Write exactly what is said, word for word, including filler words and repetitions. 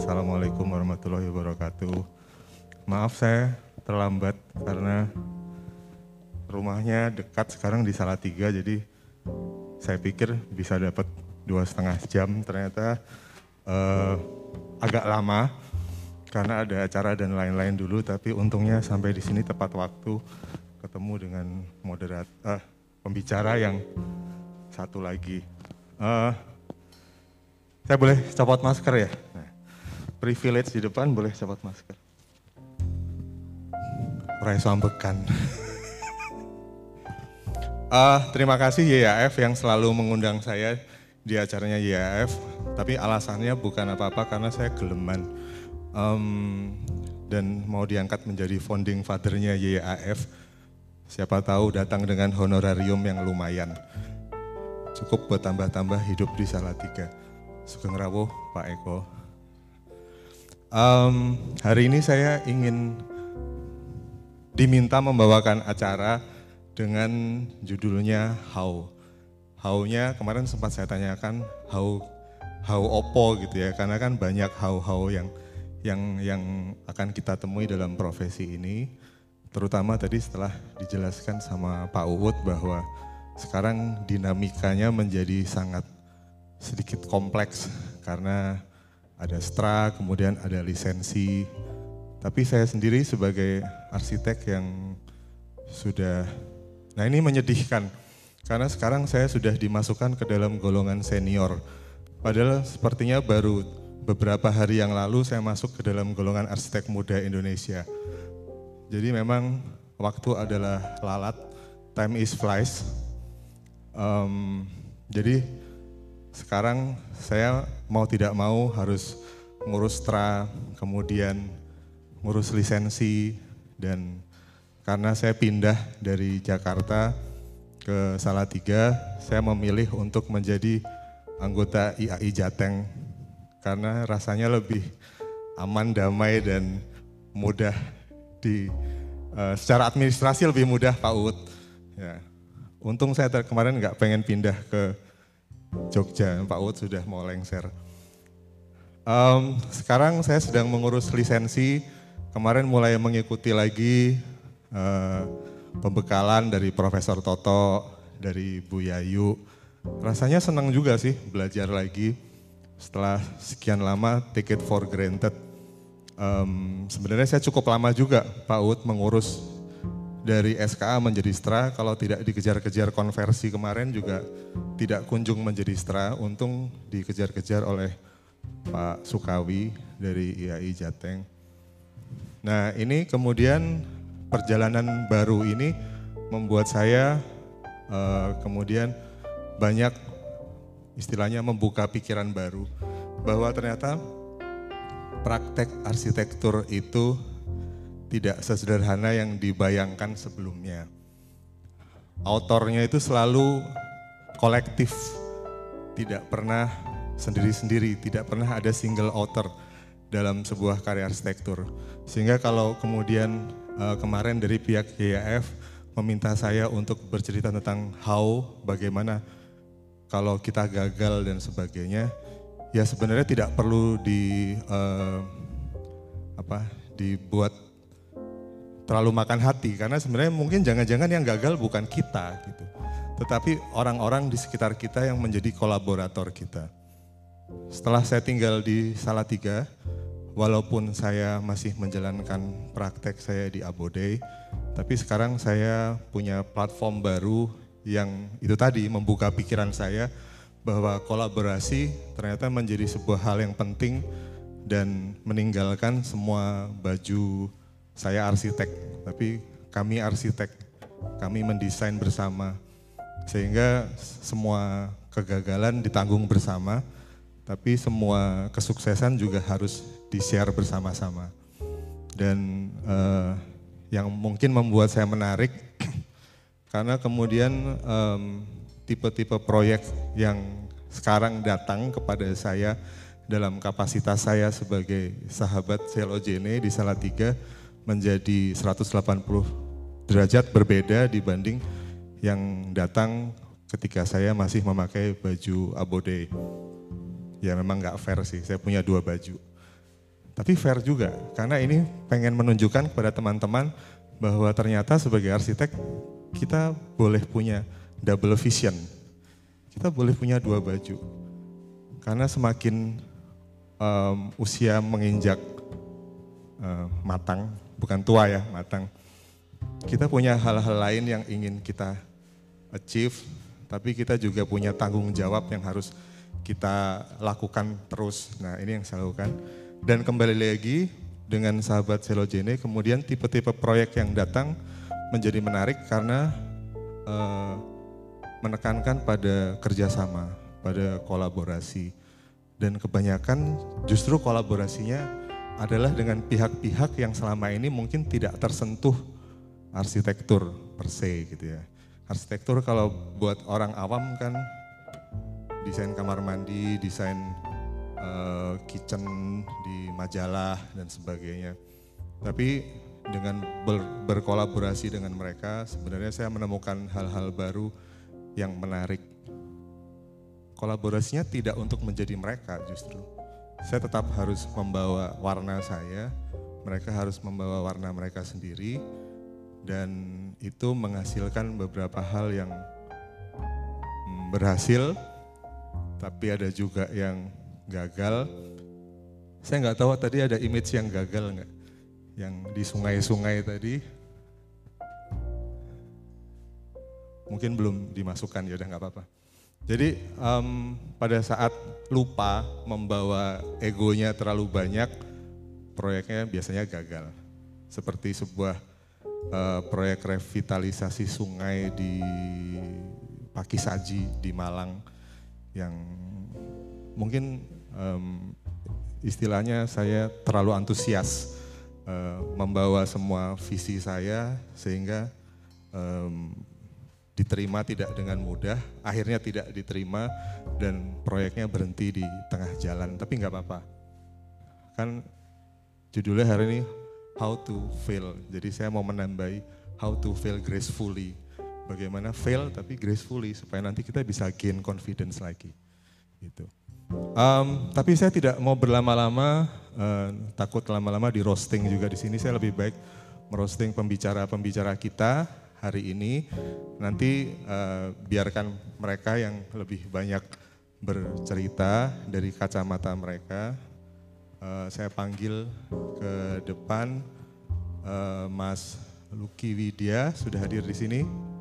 Assalamualaikum warahmatullahi wabarakatuh. Maaf saya terlambat karena rumahnya dekat sekarang di Salatiga, jadi saya pikir bisa dapat dua setengah jam, ternyata uh, agak lama karena ada acara dan lain-lain dulu. Tapi untungnya sampai di sini tepat waktu, ketemu dengan moderat, uh, pembicara yang satu lagi. Uh, saya boleh copot masker ya? Nah, privilege di depan, boleh copot masker. Rai sambekan. uh, terima kasih Y A F yang selalu mengundang saya di acaranya Y A F. Tapi alasannya bukan apa-apa karena saya geleman. Um, dan mau diangkat menjadi founding father-nya Y A F. Siapa tahu datang dengan honorarium yang lumayan. Cukup buat tambah-tambah hidup di Salatiga. Sugeng rawuh Pak Eko. Um, hari ini saya ingin diminta membawakan acara dengan judulnya How. How-nya kemarin sempat saya tanyakan how how opo gitu ya, karena kan banyak how-how yang yang yang akan kita temui dalam profesi ini. Terutama tadi setelah dijelaskan sama Pak Uut bahwa sekarang dinamikanya menjadi sangat sedikit kompleks karena ada Stra, kemudian ada lisensi. Tapi saya sendiri sebagai arsitek yang sudah, nah ini menyedihkan. Karena sekarang saya sudah dimasukkan ke dalam golongan senior. Padahal sepertinya baru beberapa hari yang lalu saya masuk ke dalam golongan arsitek muda Indonesia. Jadi memang waktu adalah lalat, time is flies. Um, jadi sekarang saya mau tidak mau harus ngurus Stra, kemudian ngurus lisensi, dan karena saya pindah dari Jakarta ke Salatiga, saya memilih untuk menjadi anggota I A I Jateng karena rasanya lebih aman, damai, dan mudah di uh, secara administrasi lebih mudah Pak Uut. Ya. Untung saya kemarin nggak pengen pindah ke Jogja, Pak Uut sudah mau lengser. Um, sekarang saya sedang mengurus lisensi, kemarin mulai mengikuti lagi uh, pembekalan dari Profesor Toto, dari Bu Yayu. Rasanya senang juga sih belajar lagi setelah sekian lama take it for granted. Um, sebenarnya saya cukup lama juga Pak Uut mengurus dari S K A menjadi Stra, kalau tidak dikejar-kejar konversi kemarin juga tidak kunjung menjadi Stra, untung dikejar-kejar oleh Pak Sukawi dari I A I Jateng. Nah ini kemudian perjalanan baru ini membuat saya uh, kemudian banyak istilahnya membuka pikiran baru, bahwa ternyata praktek arsitektur itu tidak sesederhana yang dibayangkan sebelumnya. Autornya itu selalu kolektif, tidak pernah sendiri-sendiri, tidak pernah ada single author dalam sebuah karya arsitektur. Sehingga kalau kemudian uh, kemarin dari pihak Y A F meminta saya untuk bercerita tentang how, bagaimana kalau kita gagal dan sebagainya, ya sebenarnya tidak perlu di uh, apa dibuat terlalu makan hati, karena sebenarnya mungkin jangan-jangan yang gagal bukan kita gitu, tetapi orang-orang di sekitar kita yang menjadi kolaborator kita. Setelah saya tinggal di Salatiga, walaupun saya masih menjalankan praktek saya di Abode, tapi sekarang saya punya platform baru yang itu tadi membuka pikiran saya bahwa kolaborasi ternyata menjadi sebuah hal yang penting dan meninggalkan semua baju saya arsitek, tapi kami arsitek, kami mendesain bersama, sehingga semua kegagalan ditanggung bersama, tapi semua kesuksesan juga harus di-share bersama-sama. Dan uh, yang mungkin membuat saya menarik, karena kemudian um, tipe-tipe proyek yang sekarang datang kepada saya dalam kapasitas saya sebagai sahabat Selojene di Salatiga, menjadi seratus delapan puluh derajat berbeda dibanding yang datang ketika saya masih memakai baju Abode. Ya memang nggak fair sih, saya punya dua baju. tapi fair juga. Karena ini pengen menunjukkan kepada teman-teman bahwa ternyata sebagai arsitek kita boleh punya double vision. Kita boleh punya dua baju. Karena semakin um, usia menginjak uh, matang, bukan tua ya, matang. Kita punya hal-hal lain yang ingin kita achieve, tapi kita juga punya tanggung jawab yang harus kita lakukan terus. Nah, ini yang saya lakukan. Dan kembali lagi dengan sahabat Selogene, kemudian tipe-tipe proyek yang datang menjadi menarik karena uh, menekankan pada kerjasama, pada kolaborasi. Dan kebanyakan justru kolaborasinya adalah dengan pihak-pihak yang selama ini mungkin tidak tersentuh arsitektur per se gitu ya. Arsitektur kalau buat orang awam kan desain kamar mandi, desain uh, kitchen di majalah dan sebagainya. Tapi dengan ber, berkolaborasi dengan mereka sebenarnya saya menemukan hal-hal baru yang menarik. Kolaborasinya tidak untuk menjadi mereka justru. Saya tetap harus membawa warna saya, mereka harus membawa warna mereka sendiri, dan itu menghasilkan beberapa hal yang berhasil, tapi ada juga yang gagal. Saya nggak tahu tadi ada image yang gagal nggak? Yang di sungai-sungai tadi. Mungkin belum dimasukkan, ya udah nggak apa-apa. Jadi um, pada saat lupa membawa egonya terlalu banyak, proyeknya biasanya gagal. Seperti sebuah uh, proyek revitalisasi sungai di Pakisaji di Malang yang mungkin um, istilahnya saya terlalu antusias uh, membawa semua visi saya sehingga um, diterima tidak dengan mudah, akhirnya tidak diterima dan proyeknya berhenti di tengah jalan, tapi nggak apa-apa. Kan judulnya hari ini How to Fail, jadi saya mau menambahi How to Fail Gracefully. Bagaimana fail tapi gracefully supaya nanti kita bisa gain confidence lagi. Gitu. Um, tapi saya tidak mau berlama-lama, uh, takut lama-lama di roasting juga di sini. Saya lebih baik merosting pembicara-pembicara kita hari ini, nanti uh, biarkan mereka yang lebih banyak bercerita dari kacamata mereka. Uh, saya panggil ke depan uh, Mas Lucky Widya, sudah hadir di sini.